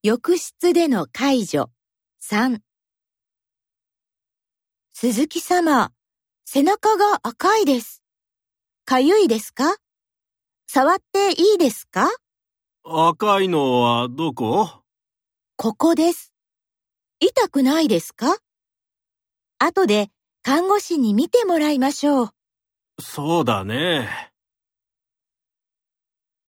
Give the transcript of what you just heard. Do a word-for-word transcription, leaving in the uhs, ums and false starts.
浴室での介助さん。鈴木様、背中が赤いです。かゆいですか？触っていいですか？ 赤いのはどこ？ ここです。痛くないですか？後で看護師に見てもらいましょう。 そうだね。